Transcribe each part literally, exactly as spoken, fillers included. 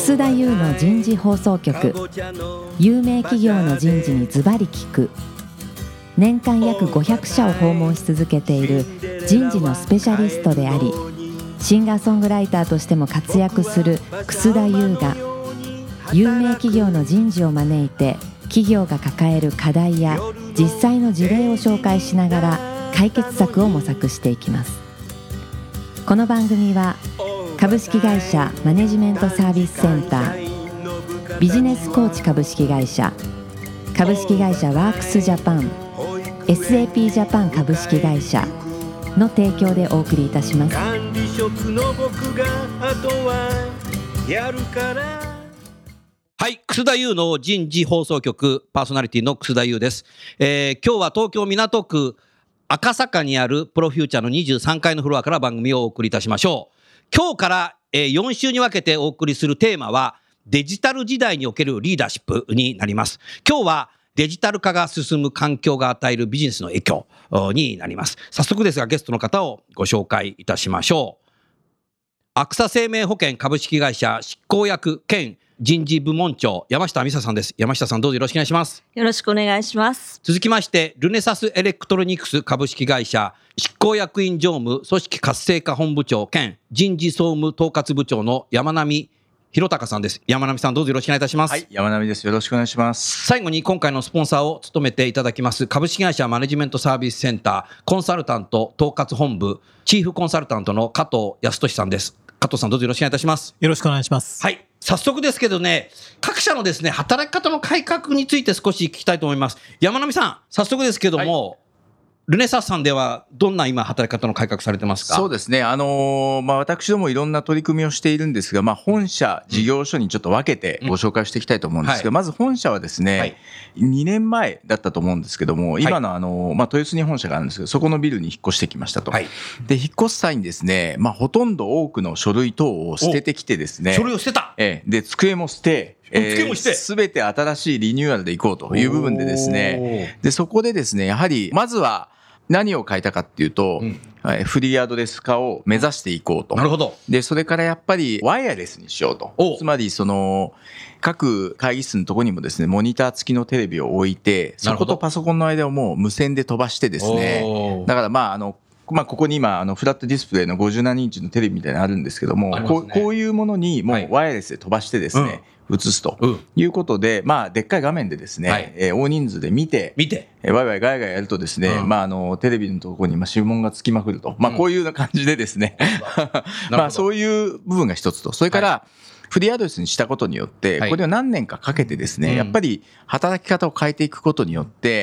楠田優の人事放送局。有名企業の人事にズバリ聞く。年間約ごひゃくしゃを訪問し続けている人事のスペシャリストであり、シンガーソングライターとしても活躍する楠田優が、有名企業の人事を招いて企業が抱える課題や実際の事例を紹介しながら解決策を模索していきます。この番組は株式会社マネジメントサービスセンター、ビジネスコーチ株式会社、株式会社ワークスジャパン、 エスエーピー ジャパン株式会社の提供でお送りいたします。 管理職の僕があとはやるから。 はい、楠田優の人事放送局パーソナリティの楠田優です。えー、今日は東京港区赤坂にあるプロフューチャーのにじゅうさんかいのフロアから番組をお送りいたしましょう。今日から、えー、よん週に分けてお送りするテーマはデジタル時代におけるリーダーシップになります。今日はデジタル化が進む環境が与えるビジネスの影響になります。早速ですがゲストの方をご紹介いたしましょう。アクサ生命保険株式会社執行役兼人事部門長、山下美沙さんです。山下さん、どうぞよろしくお願いします。 よろしくお願いします。 続きまして、ルネサスエレクトロニクス株式会社執行役員常務組織活性化本部長兼人事総務統括部長の山並弘隆さんです。山並さん、どうぞよろしくお願いいたします。 はい、山並です。よろしくお願いします。 最後に今回のスポンサーを務めていただきます株式会社マネジメントサービスセンターコンサルタント統括本部チーフコンサルタントの加藤康俊さんです。加藤さん、どうぞよろしくお願いいたします。 よろしくお願いします。 はい、早速ですけどね、各社のですね働き方の改革について少し聞きたいと思います。山並さん、早速ですけども、はい、ルネサスさんではどんな今働き方の改革されてますか？ そうですね、あのーまあ、私どもいろんな取り組みをしているんですが、まあ、本社事業所にちょっと分けてご紹介していきたいと思うんですが、うんはい、まず本社はですね、はい、にねんまえだったと思うんですけども、今の、あのーまあ、豊洲に本社があるんですけど、そこのビルに引っ越してきましたと、はい、で引っ越す際にですね、まあ、ほとんど多くの書類等を捨ててきてですね、 書類を捨てた、 えー、で机も捨て、すべ、えー、て新しいリニューアルでいこうという部分でですね、でそこでですね、やはりまずは何を変えたかっていうと、うんはい、フリーアドレス化を目指していこうと。 なるほど。 でそれからやっぱりワイヤレスにしようと。つまりその各会議室のところにもですねモニター付きのテレビを置いて、そことパソコンの間をもう無線で飛ばしてですね、だからまああのまあ、ここに今あのフラットディスプレイのごじゅうななインチのテレビみたいなのあるんですけども、こう、こういうものにもうワイヤレスで飛ばしてですね、はい、映すということで、まあ、でっかい画面でですね、はいえー、大人数で見て見て、 えー、ワイワイガヤガヤやるとですね、うんまあ、あのテレビのところにまあ指紋がつきまくると、まあ、こういうような感じでですね、うんまあ、そういう部分が一つと、それから、はいフリーアドレスにしたことによって、これを何年かかけてですね、やっぱり働き方を変えていくことによって、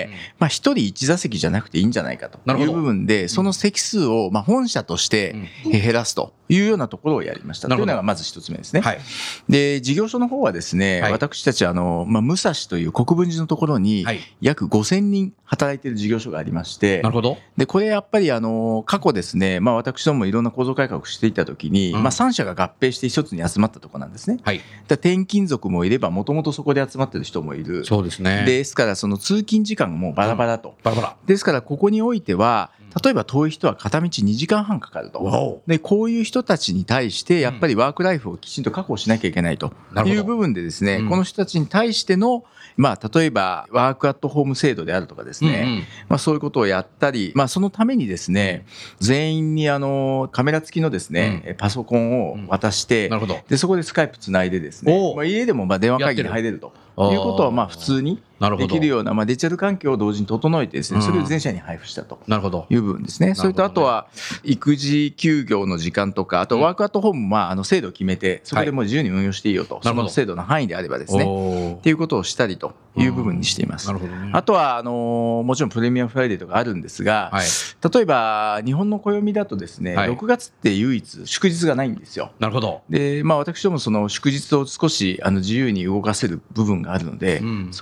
まあ一人一座席じゃなくていいんじゃないかという部分で、その席数をまあ本社として減らすというようなところをやりましたというのがまず一つ目ですね。で、事業所の方はですね、私たちあの、まあ、武蔵という国分寺のところに約ごせんにん働いている事業所がありまして、 なるほど。 で、これやっぱりあの、過去ですね、まあ私どもいろんな構造改革をしていたときに、まあさん社が合併して一つに集まったところなんです。ですねはい、だ転勤族もいればもともとそこで集まってる人もいる。 そうですね。 ですからその通勤時間もバラバラと、うん、 バラバラですからここにおいては例えば遠い人は片道にじかんはんかかると、でこういう人たちに対してやっぱりワークライフをきちんと確保しなきゃいけないという部分でですね、うん、この人たちに対してのまあ例えばワークアットホーム制度であるとかですね、うんうんまあ、そういうことをやったり、まあ、そのためにですね全員にあのカメラ付きのですね、うん、パソコンを渡して、うん、なるほどでそこでスカイプつないでですね、まあ、家でもまあ電話会議に入れるということはまあ普通にできるようなまあデジタル環境を同時に整えてですね、それを全社に配布したという部分ですね。それとあとは育児休業の時間とか、あとワークアットホームもまああの制度を決めてそこでもう自由に運用していいよと、その制度の範囲であればですねっていうことをしたりという部分にしています。あとはあのもちろんプレミアムフライデーとかあるんですが、例えば日本の暦だとですねろくがつって唯一祝日がないんですよ。 なるほど。 でまあ私どもその祝日を少しあの自由に動かせる部分があるので、そこをろくがつ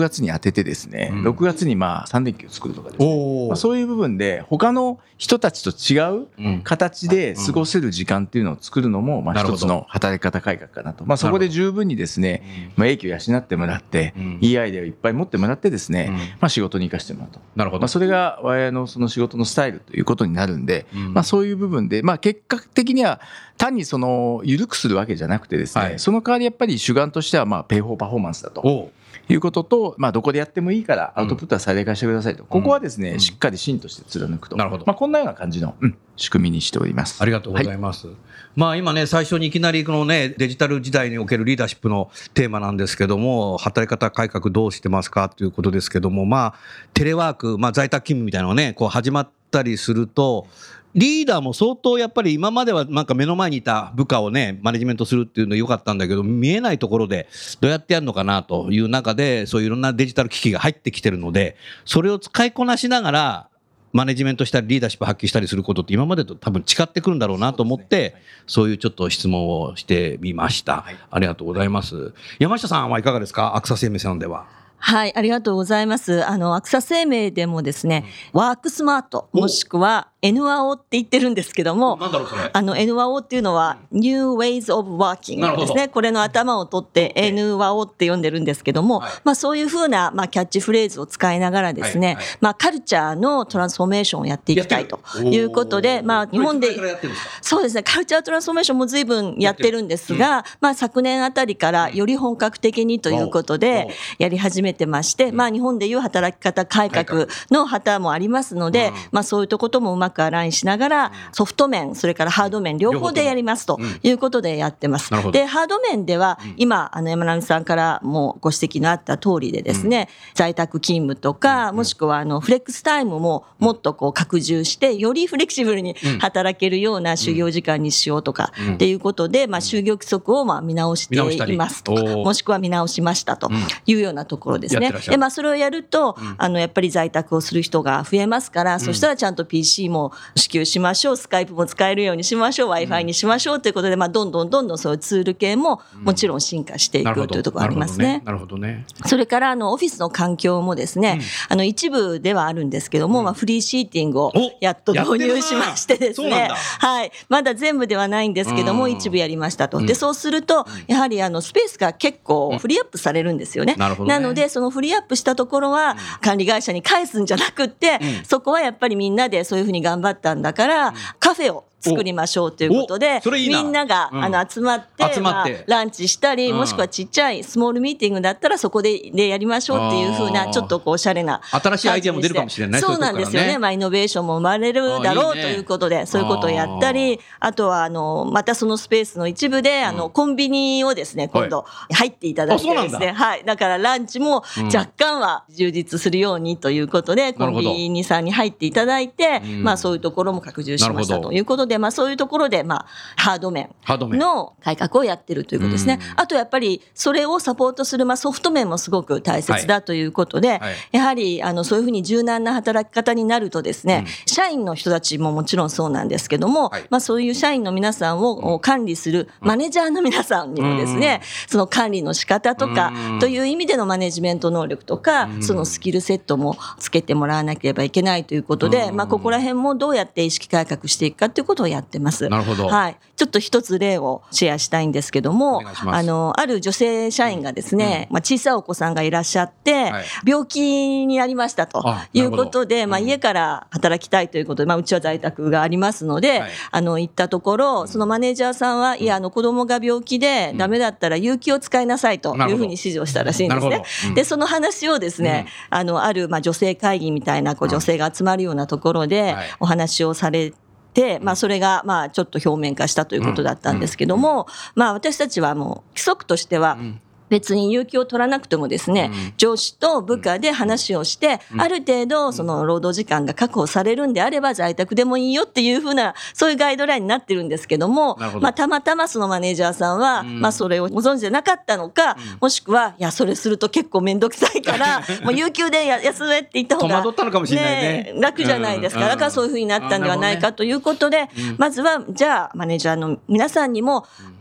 がつに当ててですね、 うん、 ろくがつにまあさん連休作るとかですね、まあ、そういう部分で他の人たちと違う形で過ごせる時間っていうのを作るのもまあ一つの働き方改革かなと、まあ、そこで十分にですね、まあ、英気を養ってもらって、うん、いいアイデアをいっぱい持ってもらってですね、うんまあ、仕事に生かしてもらうと。なるほど。まあ、それが我々のその仕事のスタイルということになるんで、うんまあ、そういう部分で、まあ、結果的には単にその緩くするわけじゃなくてですね、はい、その代わりやっぱり主眼としてはまあペイフォーパフォーマンスだということと、まあ、どこでやってもいいからアウトプットは最大化してくださいと、うん、ここはですね、うん、しっかり芯として貫くと、なるほど、まあ、こんなような感じの、うん、仕組みにしております。 ありがとうございます、はい、まあ、今ね最初にいきなりこの、ね、デジタル時代におけるリーダーシップのテーマなんですけども、働き方改革どうしてますかということですけども、まあ、テレワーク、まあ、在宅勤務みたいなのがねこう始まったりすると、リーダーも相当やっぱり今まではなんか目の前にいた部下をねマネジメントするっていうのは良かったんだけど、見えないところでどうやってやるのかなという中で、そういういろんなデジタル機器が入ってきてるので、それを使いこなしながらマネジメントしたりリーダーシップ発揮したりすることって今までと多分違ってくるんだろうなと思って、そういうちょっと質問をしてみました。ありがとうございます。山下さんはいかがですか、アクサ生命さんでは。 はい、ありがとうございます。あのアクサ生命でもですね、うん、ワークスマートもしくは エヌワオ って言ってるんですけども、 なんだろうそれ。 あの エヌワオ っていうのは New Ways of Working ですね。これの頭を取って エヌワオ って呼んでるんですけども、はい、まあそういうふうなまあキャッチフレーズを使いながらですね、はいはい、まあカルチャーのトランスフォーメーションをやっていきたいということで、まあ日本でそうですね、カルチャートランスフォーメーションも随分やってるんですが、うん、まあ昨年あたりからより本格的にということでやり始めてまして、まあ日本でいう働き方改革の旗もありますので、まあそういうとこともうまくアラインしながらソフト面それからハード面両方でやりますということでやってます。でハード面では今あの山並さんからもご指摘のあった通りでですね、在宅勤務とかもしくはあのフレックスタイムももっとこう拡充してよりフレキシブルに働けるような就業時間にしようとかっていうことで、まあ就業規則をまあ見直していますとか、もしくは見直しましたというようなところですね。でまあそれをやるとあのやっぱり在宅をする人が増えますから、そしたらちゃんと ピーシー も支給しましょう、スカイプも使えるようにしましょう、 Wi-Fi にしましょうということで、まあ、どんどんどんどんそういうツール系ももちろん進化していくというところがありますね。 なるほどね。 それからあのオフィスの環境もですね、うん、あの一部ではあるんですけども、うんまあ、フリーシーティングをやっと導入しましてですね、はい、まだ全部ではないんですけども一部やりましたと。でそうするとやはりあのスペースが結構フリーアップされるんですよね。なるほどね。なのでそのフリーアップしたところは管理会社に返すんじゃなくって、うん、そこはやっぱりみんなでそういうふうに頑張ったんだから、うん、カフェを作りましょうということで、いいみんなが、うん、あの集まって、集まってまあ、ランチしたり、うん、もしくはちっちゃいスモールミーティングだったらそこで、でやりましょうっていう風なちょっとこうおしゃれな新しいアイデアも出るかもしれない。 そうなんですよね。まあイノベーションも生まれるだろうということで、そういうことをやったり、あとはあのまたそのスペースの一部で、うん、あのコンビニをですね今度入っていただいてですね、はい、だからランチも若干は充実するようにということで、うん、コンビニさんに入っていただいて、まあそういうところも拡充しましたということで、まあそういうところでまあ、ハード面の改革をやってるということですね。あとやっぱりそれをサポートする、まあ、ソフト面もすごく大切だということで、はいはい、やはりあのそういうふうに柔軟な働き方になるとですね、うん、社員の人たちももちろんそうなんですけども、はいまあ、そういう社員の皆さんを管理するマネージャーの皆さんにもですね、うん、その管理の仕方とか、うん、という意味でのマネジメント能力とか、うん、そのスキルセットもつけてもらわなければいけないということで、うんまあ、ここら辺もどうやって意識改革していくかということをやってます。 なるほど。 はい、ちょっと一つ例をシェアしたいんですけども、あのある女性社員がですね、うんまあ、小さいお子さんがいらっしゃって、はい、病気になりましたということで、まあ、家から働きたいということで、まあ、うちは在宅がありますので、はい、あの行ったところ、そのマネージャーさんは、うん、いやあの子供が病気でダメだったら有給を使いなさいというふうに指示をしたらしいんですね。うん、でその話をですね、うん、あのあるまあ女性会議みたいなこう女性が集まるようなところでお話をされて、でまあ、それがまあちょっと表面化したということだったんですけども、まあ、私たちはもう規則としては別に有給を取らなくてもですね、上司と部下で話をして、ある程度その労働時間が確保されるんであれば在宅でもいいよっていうふうなそういうガイドラインになってるんですけども、まあ、たまたまそのマネージャーさんは、まあ、それをご存知でなかったのか、もしくはいやそれすると結構めんどくさいからもう有給で休めって言った方が、 戸惑ったのかもしれないね、 楽じゃないですか。だからそういうふうになったんではないかということで、まずはじゃあマネージャーの皆さんにも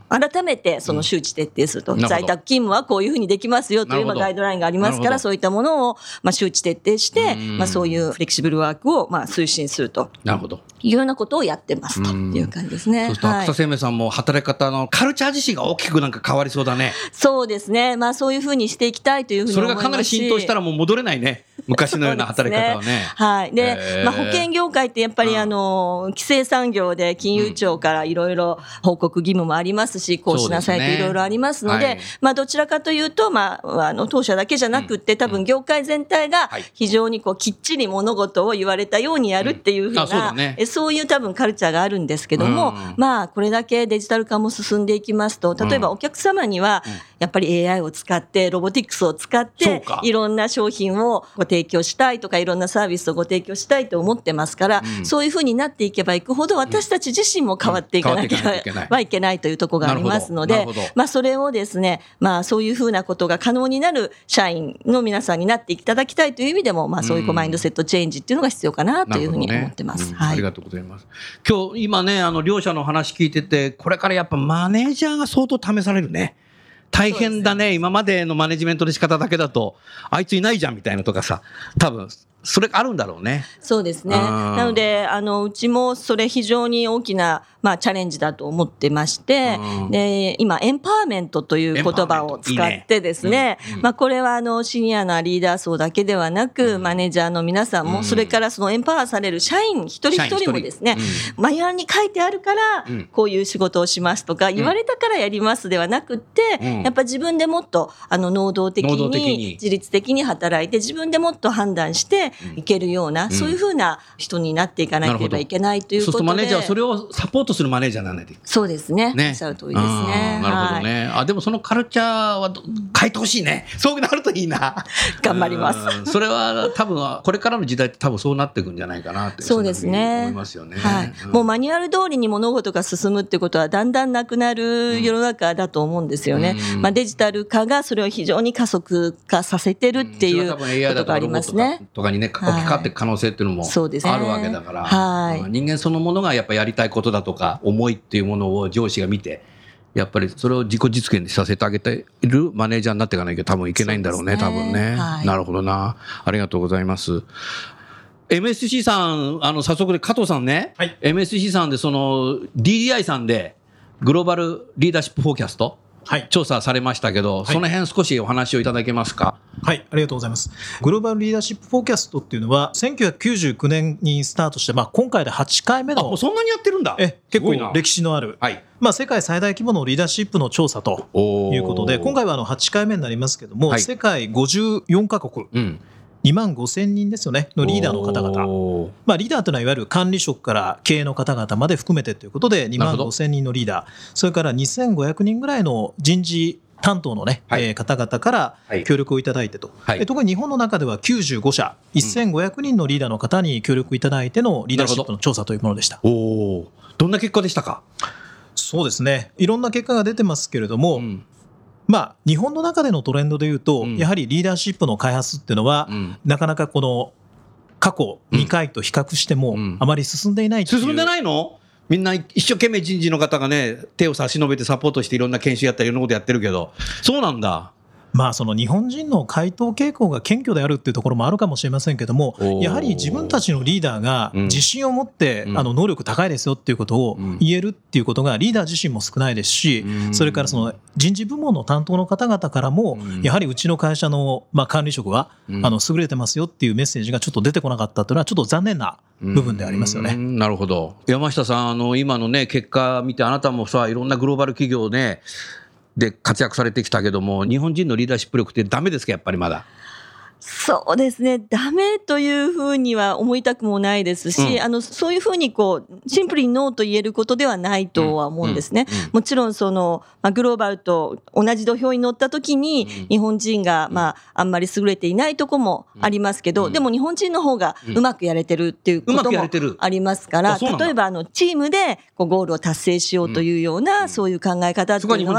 改めてその周知徹底すると、 うん、 在宅勤務はこういうふうにできますよというガイドラインがありますから、そういったものをまあ周知徹底して、まあ、そういうフレキシブルワークをまあ推進すると。 なるほど。 いうようなことをやってますという感じですね。 そうすると、アクサ生命さんも働き方のカルチャー自身が大きくなんか変わりそうだね。 そうですね。まあそういうふうにしていきたいというふうに思いますし。 それがかなり浸透したらもう戻れないね。昔のような働き方はね。 ねはい。で、えー、まあ保険業界ってやっぱりあの、規制産業で金融庁からいろいろ報告義務もありますし、こうしなさいといろいろありますので、はい、まあどちらかというと、まあ、あの、当社だけじゃなくって、多分業界全体が非常にこうきっちり物事を言われたようにやるっていうふうな、うんそうだね、そういう多分カルチャーがあるんですけども、うん、まあこれだけデジタル化も進んでいきますと、例えばお客様にはやっぱり エーアイ を使ってロボティクスを使っていろんな商品をご提供したいとかいろんなサービスをご提供したいと思ってますから、うん、そういうふうになっていけばいくほど私たち自身も変わっていかなきゃはいけないというところがありますので、まあそれをですね、まあそういうふうなことが可能になる社員の皆さんになっていただきたいという意味でも、まあそういうマインドセットチェンジっていうのが必要かなというふうに思ってます。 ねうんはい、ありがとうございます。今日今ねあの両者の話聞いてて、これからやっぱマネージャーが相当試されるね。大変だね。今までのマネジメントの仕方だけだとあいついないじゃんみたいなとかさ、多分それがあるんだろうね。 そうですね。なのであのうちもそれ非常に大きなまあチャレンジだと思ってまして、で今エンパワーメントという言葉を使ってですね、いいねうんうん、まあこれはあのシニアなリーダー層だけではなく、うん、マネージャーの皆さんも、うん、それからそのエンパワーされる社員一人一人もですね、うん、マニュアルに書いてあるからこういう仕事をしますとか、うん、言われたからやりますではなくって、うん、やっぱ自分でもっとあの能動的に自律的に働いて自分でもっと判断していけるような、うん、そういうふうな人になっていかなければいけないということで、そうするとマネージャーはそれをサポートするマネージャーなんで。 そうですね。ね、おっしゃる通りですね。 なるほどね。はい、あでもそのカルチャーは変えてほしいね。そうなるといいな。 頑張ります。 それは多分これからの時代って多分そうなっていくんじゃないかなってそうですね。 思いますよね。 はい。うん、もうマニュアル通りに物事が進むってことはだんだんなくなる世の中だと思うんですよね。うん、まあデジタル化がそれを非常に加速化させてるっていうことがありますね。 とかにね置き換わっていく可能性っていうのもあるわけだから、 はい、 人間そのものがやっぱやりたいことだとか思いっていうものを上司が見てやっぱりそれを自己実現させてあげているマネージャーになっていかないと多分いけないんだろうね、多分ね、はい、なるほどな。ありがとうございます。エムエスシー さんあの早速で加藤さんね、はい、エムエスシー さんでその ディーディーアイ さんでグローバルリーダーシップフォーキャストはい、調査されましたけど、はい、その辺少しお話をいただけますか。 はい、ありがとうございます。グローバルリーダーシップフォーキャストっていうのはせんきゅうひゃくきゅうじゅうきゅうねんにスタートして、まあ、今回ではちかいめの。 あ、もうそんなにやってるんだ。 え結構歴史のある、はいまあ、世界最大規模のリーダーシップの調査ということで、今回はあのはちかいめになりますけども、はい、世界ごじゅうよんカ国、うんにまんごせんにんですよねのリーダーの方々、まあ、リーダーというのはいわゆる管理職から経営の方々まで含めてということでにまんごせんにんのリーダー、それからにせんごひゃくにんぐらいの人事担当の、ねはいえー、方々から協力をいただいてと、はい、特に日本の中ではきゅうじゅうごしゃせんごひゃくにんのリーダーの方に協力いただいてのリーダーシップの調査というものでした。 おどんな結果でしたか。 そうですね、いろんな結果が出てますけれども、うんまあ、日本の中でのトレンドでいうと、うん、やはりリーダーシップの開発っていうのは、うん、なかなかこの過去にかいと比較しても、うん、あまり進んでいないっていう。 進んでないの？みんな一生懸命人事の方がね手を差し伸べてサポートしていろんな研修やったりいろんなことやってるけど、そうなんだ。 まあ、その日本人の回答傾向が謙虚であるっていうところもあるかもしれませんけども、やはり自分たちのリーダーが自信を持って、うん、あの能力高いですよっていうことを言えるっていうことがリーダー自身も少ないですし、うん、それからその人事部門の担当の方々からも、うん、やはりうちの会社のまあ管理職は、うん、あの優れてますよっていうメッセージがちょっと出てこなかったというのはちょっと残念な部分でありますよね。 うん、なるほど。山下さん、あの今のね結果見てあなたもさいろんなグローバル企業ねで活躍されてきたけども、日本人のリーダーシップ力ってダメですか、やっぱりまだ。 そうですね、ダメというふうには思いたくもないですし、うん、あのそういうふうにこうシンプルにノーと言えることではないとは思うんですね。うんうんうん、もちろんその、まあ、グローバルと同じ土俵に乗った時に、うん、日本人が、まあ、あんまり優れていないとこもありますけど、うん、でも日本人の方がうまくやれてるっていうこともありますから、例えばあのチームでこうゴールを達成しようというような、うん、そういう考え方っていうのは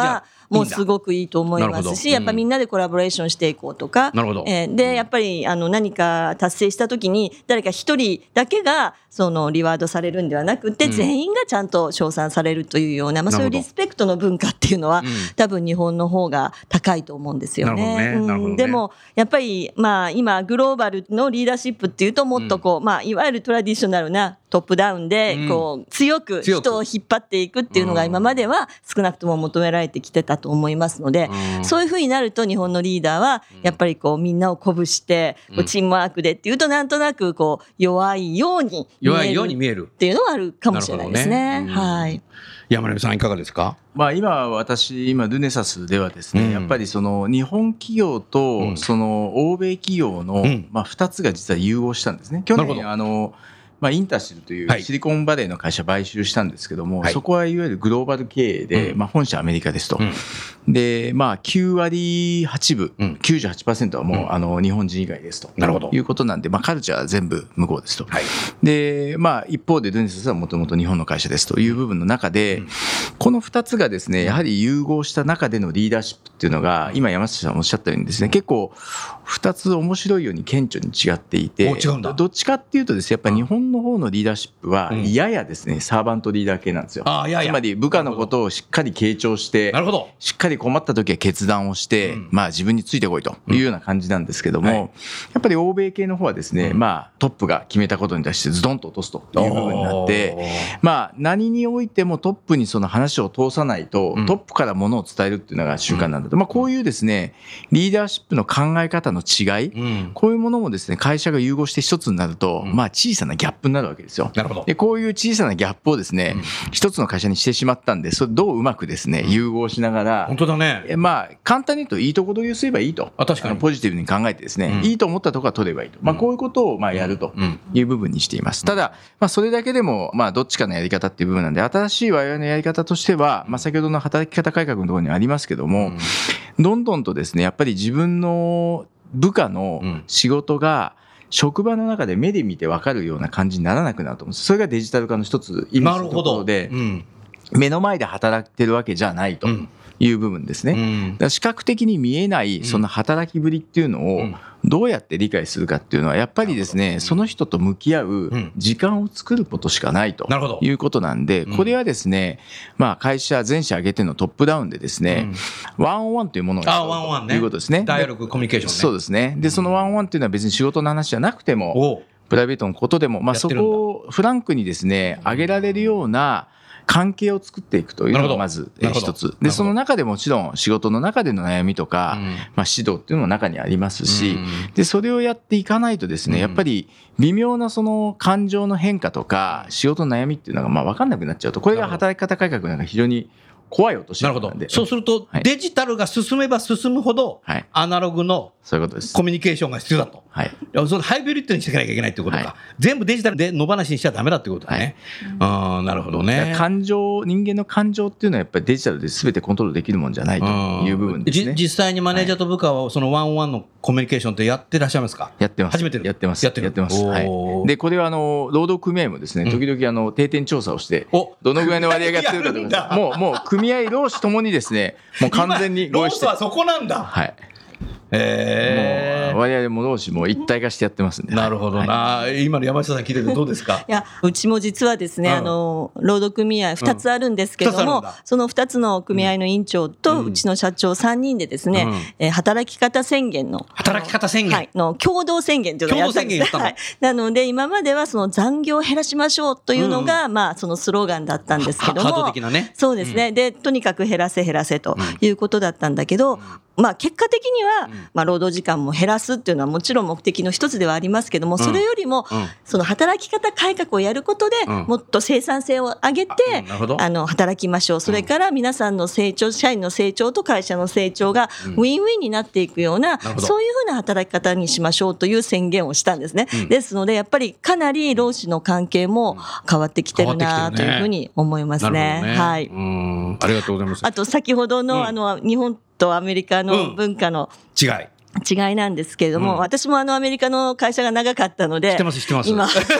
もうすごくいいと思いますし、やっぱみんなでコラボレーションしていこうとか、 なるほど、 えー、でやっぱりあの何か達成した時に誰か一人だけがそのリワードされるんではなくて、全員がちゃんと称賛されるというような、まあ、そういうリスペクトの文化っていうのは、多分日本の方が高いと思うんですよね。うん、でもやっぱり、まあ、今グローバルのリーダーシップっていうともっとこう、まあ、いわゆるトラディショナルなトップダウンでこう強く人を引っ張っていくっていうのが今までは少なくとも求められてきてたと思いますので、そういうふうになると日本のリーダーはやっぱりこうみんなを鼓舞してこうチームワークでっていうとなんとなくこう弱いように弱いように見えるっていうのはあるかもしれないですね。 ね、 はい。 山根さんいかがですか？ まあ、今私今ルネサスではですね、うん、やっぱりその日本企業とその欧米企業のまあふたつが実は融合したんですね。去年あのまあ、インターシルというシリコンバレーの会社買収したんですけども、はい、そこはいわゆるグローバル経営で、うんまあ、本社アメリカですと、うん、で、まあ、きゅうわりはちぶ、うん、きゅうじゅうはちパーセント はもう、うん、あの日本人以外ですということなんで、まあ、カルチャーは全部向こうですと、はい、で、まあ、一方でルネサスはもともと日本の会社ですという部分の中で、うん、このふたつがですねやはり融合した中でのリーダーシップっていうのが今山下さんおっしゃったようにですね結構ふたつ面白いように顕著に違っていて、 違うんだ。 どっちかっていうとですねやっぱり日本の方のリーダーシップはややですね、うん、サーバントリーダー系なんですよ。 ああ、やや。 つまり部下のことをしっかり傾聴して、 なるほど、 しっかり困った時は決断をして、うん、まあ自分についてこいというような感じなんですけども、うんはい、やっぱり欧米系の方はですね、うん、まあトップが決めたことに対してズドンと落とすという部分になって、まあ何においてもトップにその話を通さないと、うん、トップからものを伝えるっていうのが習慣なんだと、まあこういうですねリーダーシップの考え方の違い、うん、こういうものもですね会社が融合して一つになると、うん、まあ小さなギャップになるわけですよ。 なるほど。 でこういう小さなギャップをですね、うん、一つの会社にしてしまったんで、それどううまくですね、うん、融合しながら、 本当だね。 まあ簡単に言うといいとこ取りをすればいいと、 あ、確かにあのポジティブに考えてですね、うん、いいと思ったところは取ればいいと、まあこういうことをまあやるという部分にしています。ただまあそれだけでもまあどっちかのやり方っていう部分なんで、新しい我々のやり方としては、まあ先ほどの働き方改革のところにありますけども、うん、どんどんとですねやっぱり自分の部下の仕事が職場の中で目で見て分かるような感じにならなくなると思うんです。それがデジタル化の一つ意味するところで、うん、目の前で働いてるわけじゃないという部分ですね、うん、だから視覚的に見えないその働きぶりっていうのをどうやって理解するかっていうのはやっぱりですね、その人と向き合う時間を作ることしかないということなんで、これはですね、まあ会社全社挙げてのトップダウンでですね、ワンオンワンというものをやるということですね。 ダイアログコミュニケーションね。 そうですね。でそのワンオンワンっていうのは別に仕事の話じゃなくてもプライベートのことでも、まあそこをフランクにですね挙げられるような関係を作っていくというのがまず一つで、その中でもちろん仕事の中での悩みとか、うんまあ、指導っていうのも中にありますし、うん、でそれをやっていかないとですね、やっぱり微妙なその感情の変化とか仕事の悩みっていうのがまあ分かんなくなっちゃうと、これが働き方改革なんか非常に怖い落とし穴なんで。 そうすると、はい、デジタルが進めば進むほど、はい、アナログのそういうことです。 コミュニケーションが必要だと。はい、そのハイブリッドにしていかなきゃいけないということか、はい、全部デジタルで野放しにしちゃダメだということだね。はい、あなるほどね。 感情、人間の感情っていうのはやっぱりデジタルで全てコントロールできるもんじゃないという部分ですね。 実際にマネージャーと部下はそのワンオンワンのコミュニケーションってやってらっしゃいますか？ やってます。 初めてやってます。 やってる。 やってます。はい。でこれはあの労働組合もですね、時々あの定点調査をして、うん、どのぐらいの割合がやってるかとか、もうもう組合労使ともにですね、もう完全に労使はそこなんだ。 はい。 えー、 もう我々も労使も一体化してやってますんで。 なるほどな、はい、今の山下さん聞いててどうですか？ いやうちも実はですね、うん、あの労働組合ふたつあるんですけども、うん、そのふたつの組合の委員長とうちの社長さんにんでですね、うんえー、働き方宣言の働き方宣言、 はい、の共同宣言というのをやったんです。はい、なので今まではその残業を減らしましょうというのが、うんまあ、そのスローガンだったんですけども、 ハード的なね。 そうですね、うん、でとにかく減らせ減らせということだったんだけど、うんまあ、結果的には、まあ、労働時間も減らすっていうのはもちろん目的の一つではありますけども、それよりもその働き方改革をやることでもっと生産性を上げてあの働きましょう。それから皆さんの成長、社員の成長と会社の成長がウィンウィンになっていくような、そういうふうな働き方にしましょうという宣言をしたんですね。ですのでやっぱりかなり労使の関係も変わってきてるなというふうに思いますね。はい。 うんありがとうございます。 あと先ほどのあの日本とアメリカの文化の違い、 違いなんですけれども、うん、私もあのアメリカの会社が長かったので、 知ってます知ってます。 今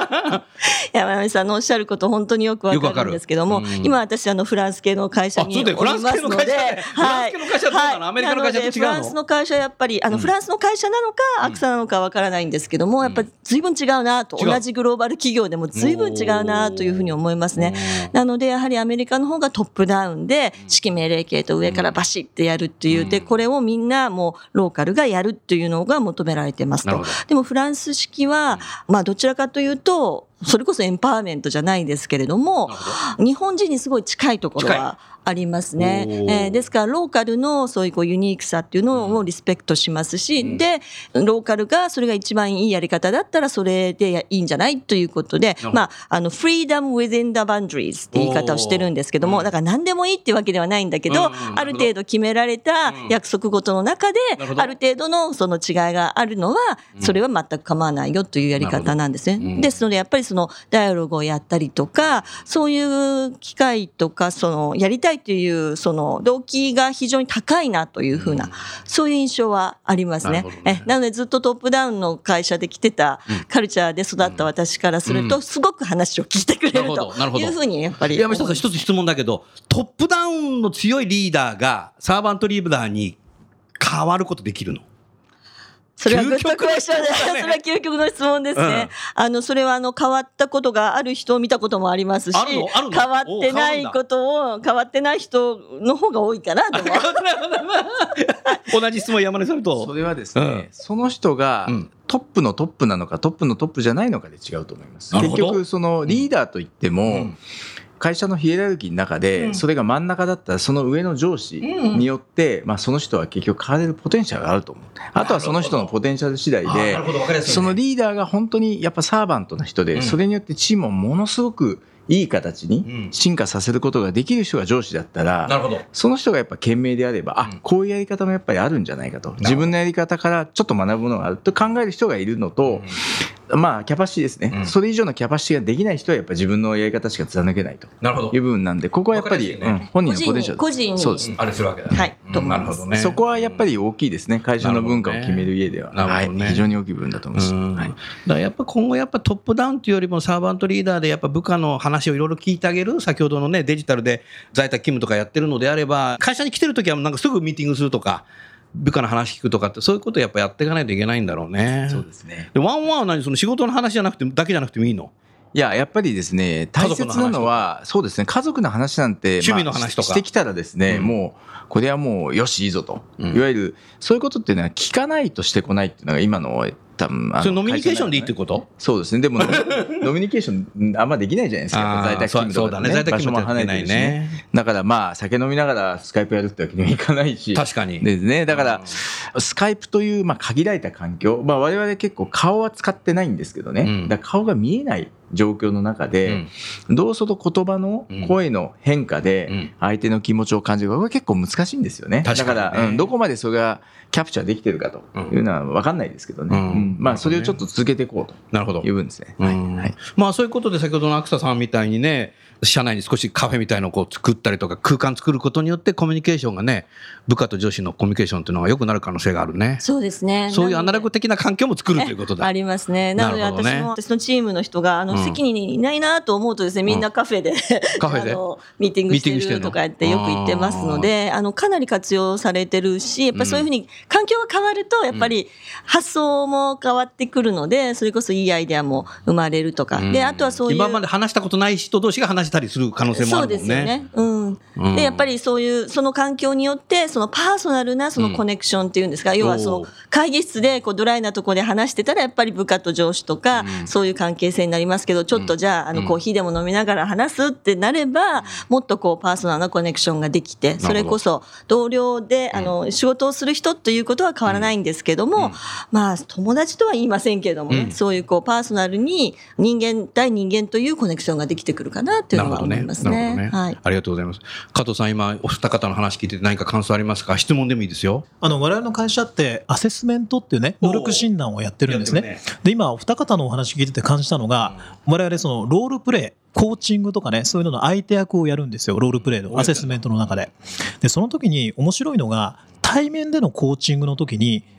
山上さんのおっしゃること本当によくわかるんですけども、今私あのフランス系の会社におりますので、 フランス系の会社はどうなの？アメリカの会社と違うの？ フランスの会社はやっぱりあのフランスの会社なのかアクサなのかわからないんですけども、やっぱり随分違うなと、同じグローバル企業でも随分違うなというふうに思いますね。なのでやはりアメリカの方がトップダウンで指揮命令系と上からバシッてやるっていう、でこれをみんなもうローカルがやるっていうのが求められてますと。でもフランス式はまあどちらかというとそれこそエンパワーメントじゃないですけれども、日本人にすごい近いところはありますね。えー、ですからローカルのそういうこうユニークさっていうのをリスペクトしますし、うん、でローカルがそれが一番いいやり方だったらそれでいいんじゃないということで、まああの freedom within the boundaries って言い方をしてるんですけども、だから何でもいいっていうわけではないんだけど、うん、ある程度決められた約束事の中で、うん、ある程度のその違いがあるのはそれは全く構わないよというやり方なんですね。うん、ですのでやっぱりそのダイアログをやったりとか、そういう機会とかそのやりたいというその動機が非常に高いなというふうな、うん、そういう印象はありますね。な, ねえなのでずっとトップダウンの会社で来てた、うん、カルチャーで育った私からすると、うん、すごく話を聞いてくれるというふうにやっぱり。 山下さん一つ質問だけど、トップダウンの強いリーダーがサーバントリーダーに変わることできるの？ それはグッドクエスチョンです。それは究極の質問ですね。うん、あの、それはあの、変わったことがある人を見たこともありますし、 あるの？あるの？ 変わってないことを、変わってない人の方が多いかな、でも。 同じ質問山根さんと。 それはですね、うん、その人がトップのトップなのか、トップのトップじゃないのかで違うと思います。結局、そのリーダーといっても、うんうん会社のヒエラルキーの中でそれが真ん中だったらその上の上司によってまあその人は結局変われるポテンシャルがあると思う。あとはその人のポテンシャル次第でそのリーダーが本当にやっぱサーバントな人でそれによってチームをものすごくいい形に進化させることができる人が上司だったら、なるほどその人がやっぱ賢明であれば、あこういうやり方もやっぱりあるんじゃないかと、自分のやり方からちょっと学ぶものがあると考える人がいるのと、まあキャパシティですね、うん、それ以上のキャパシティができない人はやっぱ自分のやり方しか貫けないという部分なんで、ここはやっぱり、ねうん、本人のポテンシャル個人にそうですあれするわけだね、 はい、と思います、 ね、 そこはやっぱり大きいですね、会社の文化を決める上では、ねはい、非常に大きい部分だと思います、 うんはい、 だからやっぱ今後やっぱトップダウンというよりもサーバントリーダーでやっぱ部下の話をいろいろ聞いてあげる、先ほどのねデジタルで在宅勤務とかやってるのであれば、会社に来てるときはなんかすぐミーティングするとか部下の話聞くとかってそういうことをやっぱやっていかないといけないんだろうね。 そうですね。 でワンワンは何その仕事の話じゃなくてだけじゃなくてもいいの？ いややっぱりですね大切なのはそうですね家族の話なんて趣味の話とか、 まあ、してきたらですね、うん、もうこれはもうよしいいぞと、うん、いわゆるそういうことっていうのは聞かないとしてこないっていうのが今の多分あのそれノミニケーションでいいってこと？ そうですね。でもノミニケーションあんまできないじゃないですか。在宅勤務とかね、場所も離れてるしね。だからまあ酒飲みながらスカイプやるってわけにはいかないし。 確かに。 ですね。だからスカイプというまあ限られた環境、まあ我々結構顔は使ってないんですけどね。うん、だから顔が見えない状況の中で、うん、どうその言葉の声の変化で相手の気持ちを感じるのが結構難しいんですよね。だから、うん、どこまでそれがキャプチャーできてるかというのは分かんないですけどね。うんうん、まあそれをちょっと続けていこうという分ですね。はいはい、 まあそういうことで先ほどのアクサさんみたいにね、社内に少しカフェみたいのをこう作ったりとか空間作ることによってコミュニケーションがね、部下と上司のコミュニケーションっていうのが良くなる可能性があるね。 そうですね。 そういうアナログ的な環境も作るということだ。 ありますね。なので私も私のチームの人があの席にいないなと思うとですね、みんなカフェで、うん、カフェであのミーティングしてるとかってよく言ってますので、あのかなり活用されてるし、やっぱりそういうふうに環境が変わるとやっぱり発想も変わってくるので、それこそいいアイデアも生まれるとか、うん、であとはそういう今まで話したことない人同士が話したりする可能性もあるもんね。 そうですよね。うん。でやっぱりそういうその環境によってそのパーソナルなそのコネクションっていうんですか、うん、要はその会議室でこうドライなところで話してたらやっぱり部下と上司とか、うん、そういう関係性になりますけど、ちょっとじゃあ、あのコーヒーでも飲みながら話すってなれば、もっとこうパーソナルなコネクションができて、それこそ同僚であの仕事をする人ということは変わらないんですけども、うん、まあ友達とは言いませんけれどもね、うん、そういうこうパーソナルに人間対人間というコネクションができてくるかなというのは思いますね。 ねはい、ありがとうございます。加藤さん、今お二方の話聞いてて何か感想ありますか？質問でもいいですよ。 あの我々の会社ってアセスメントっていうね能力診断をやってるんですね。ねで今お二方のお話聞いてて感じたのが、うん、我々そのロールプレイコーチングとかね、そういうのの相手役をやるんですよ、ロールプレイのアセスメントの中で。でその時に面白いのが、対面でのコーチングの時に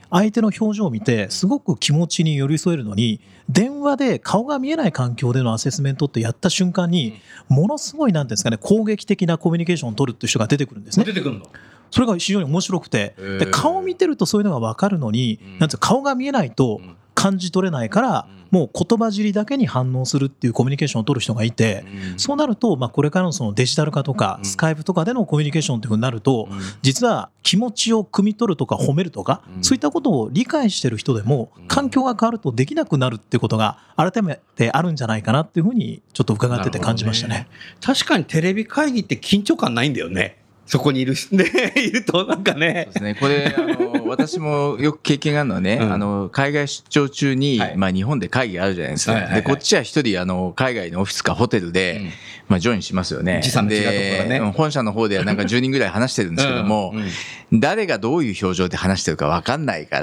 相手の表情を見てすごく気持ちに寄り添えるのに、電話で顔が見えない環境でのアセスメントってやった瞬間にものすごいなんていうんですかね、攻撃的なコミュニケーションを取るっていう人が出てくるんですね。 出てくるの。 それが非常に面白くて、で顔を見てるとそういうのが分かるのに、なんていうか顔が見えないと感じ取れないから、もう言葉尻だけに反応するっていうコミュニケーションを取る人がいて、そうなると、まあこれからのそのデジタル化とかスカイプとかでのコミュニケーションっていうふうになると、実は気持ちを汲み取るとか褒めるとか、そういったことを理解してる人でも環境が変わるとできなくなるっていうことが改めてあるんじゃないかなっていうふうにちょっと伺ってて感じましたね。 確かにテレビ会議って緊張感ないんだよね。そこにいるね、いるとなんかね。 そうですね。これ、あの、私もよく経験があるのはね、うん、あの、海外出張中に、はい、まあ日本で会議があるじゃないですか。はいはいはい、で、こっちは一人、あの、海外のオフィスかホテルで、うん、まあジョインしますよね。 時差の違うところがね。 本社の方ではなんかじゅうにんぐらい話してるんですけども、うんうん、誰がどういう表情で話してるか分かんないから、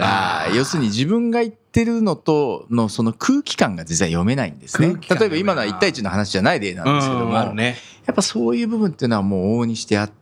要するに自分が言ってるのとのその空気感が実は読めないんですね。例えば今のはいち対いちの話じゃない例なんですけども、うん、ね、やっぱそういう部分っていうのはもう往々にしてあって、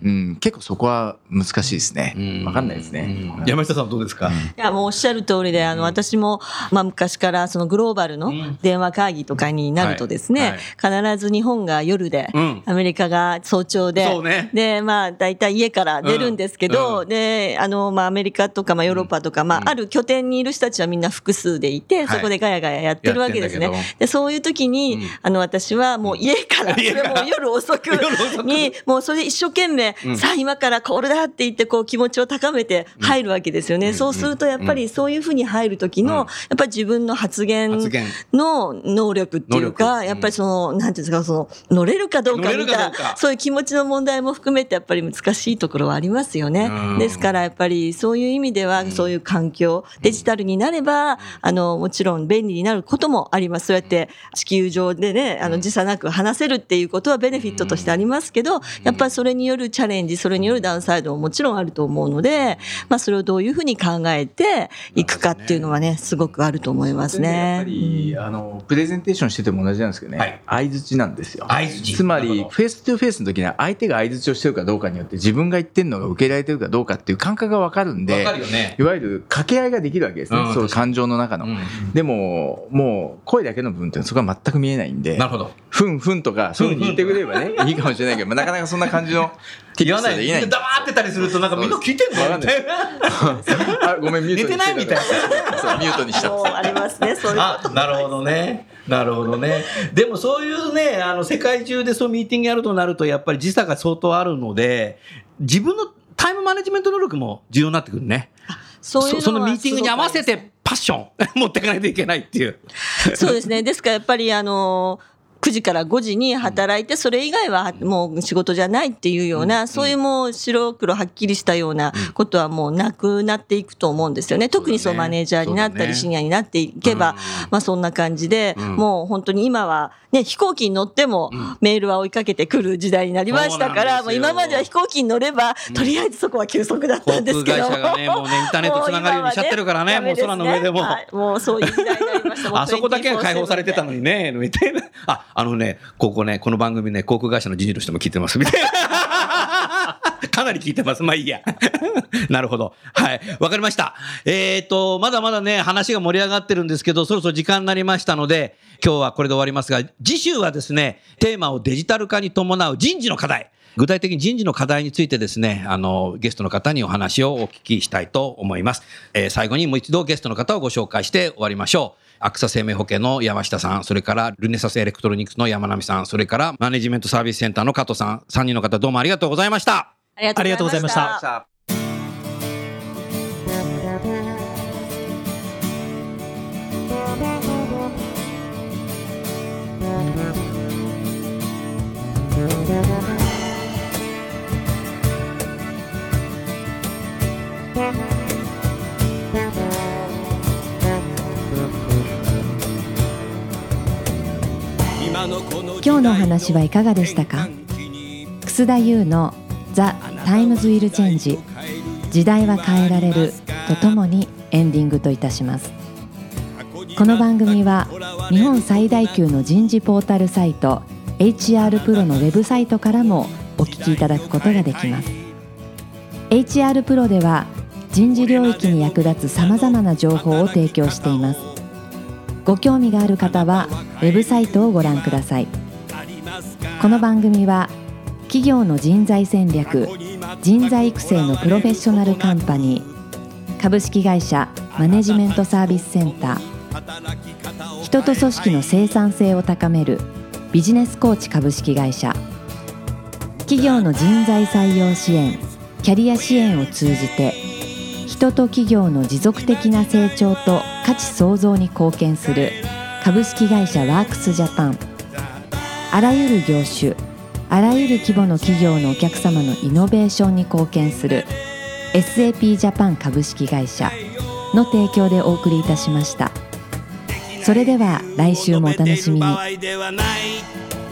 うんうん、結構そこは難しいですね。分かんないですね。 うん、山下さんはどうですか？ いやもうおっしゃる通りで、あの私もまあ昔からそのグローバルの電話会議とかになるとですね、はいはい、必ず日本が夜で、うん、アメリカが早朝で、そうね、でまあ大体家から出るんですけど、うん、であのまあアメリカとかまあヨーロッパとか、まあある拠点にいる人たちはみんな複数でいて、そこでガヤガヤやってるわけですね。はい、でそういう時に、うん、あの私はもう家からそれも夜遅くにもうそれ一生懸命、うん、さあ今からこれだって言ってこう気持ちを高めて入るわけですよね。うん、そうするとやっぱりそういうふうに入る時の、うん、やっぱり自分の発言の能力っていうか、やっぱりそのなんていうんですか、その乗れるかどうかみたいな、そういう気持ちの問題も含めてやっぱり難しいところはありますよね。ですからやっぱりそういう意味ではそういう環境、デジタルになればあのもちろん便利になることもあります。そうやって地球上でね、あの時差なく話せるっていうことはベネフィットとしてありますけど、やっぱりそれによるチャレンジ、それによるダウンサイドももちろんあると思うので、まあそれをどういうふうに考えていくかっていうのはね、すごくあると思いますね。 やっぱりあのプレゼンテーションしてても同じなんですけどね、はい、相槌なんですよ。 相槌。 つまりフェイストゥフェイスの時には相手が相槌をしてるかどうかによって自分が言ってるのが受け入れられてるかどうかっていう感覚が分かるんで、 分かるよね、 いわゆる掛け合いができるわけですね。うん、そういう感情の中の、うん、でももう声だけの部分っていうのはそこは全く見えないんで、 なるほど、 ふんふんとかそういうふうに言ってくれればねいいかもしれないけど、まあ、なかなかそんな感じの言わないで黙ってたりするとなんかみんな聞いてんのみたいなあごめんミュートにして寝てないみたいなミュートにしちゃった。 ありますね、そういうこと。 あ、なるほどね、なるほどね。でもそういうね、あの世界中でそうミーティングやるとなるとやっぱり時差が相当あるので、自分のタイムマネジメント能力も重要になってくるね。 そういうのはそのミーティングに合わせてパッション持っていかないといけないっていうそうですね。ですからやっぱりあのくじからごじに働いて、それ以外はもう仕事じゃないっていうような、そういうもう白黒はっきりしたようなことはもうなくなっていくと思うんですよね。特にそうマネージャーになったりシニアになっていけば、まあそんな感じで、もう本当に今はね、飛行機に乗ってもメールは追いかけてくる時代になりましたから、もう今までは飛行機に乗ればとりあえずそこは休息だったんですけど、 航空会社がね、もうねインターネットつながるようにしちゃってるからね、もう空の上でも、 はい、もうそういう時代になりました。 あそこだけが解放されてたのにねみたいな。あ、あのね、ここね、この番組ね、航空会社の人事の人も聞いてますみたいなかなり聞いてます。まあいいやなるほど、はい、わかりました。えーとまだまだね話が盛り上がってるんですけど、そろそろ時間になりましたので今日はこれで終わりますが、次週はですね、テーマをデジタル化に伴う人事の課題、具体的に人事の課題についてですね、あのゲストの方にお話をお聞きしたいと思います。えー、最後にもう一度ゲストの方をご紹介して終わりましょう。アクサ生命保険の山下さん、それからルネサスエレクトロニクスの山並さん、それからマネジメントサービスセンターの加藤さん、さんにんの方どうもありがとうございました。 ありがとうございました。 今日のお話はいかがでしたか？楠田優のザ・タイムズ・ウィル・チェンジ、時代は変えられるとともにエンディングといたします。この番組は日本最大級の人事ポータルサイト エイチアール プロのウェブサイトからもお聞きいただくことができます。 エイチアール プロでは人事領域に役立つさまざまな情報を提供しています。ご興味がある方はウェブサイトをご覧ください。この番組は企業の人材戦略、人材育成のプロフェッショナルカンパニー、株式会社マネジメントサービスセンター、人と組織の生産性を高めるビジネスコーチ株式会社、企業の人材採用支援、キャリア支援を通じて人と企業の持続的な成長と価値創造に貢献する株式会社ワークスジャパン、あらゆる業種、あらゆる規模の企業のお客様のイノベーションに貢献する エスエーピー ジャパン株式会社の提供でお送りいたしました。それでは来週もお楽しみに。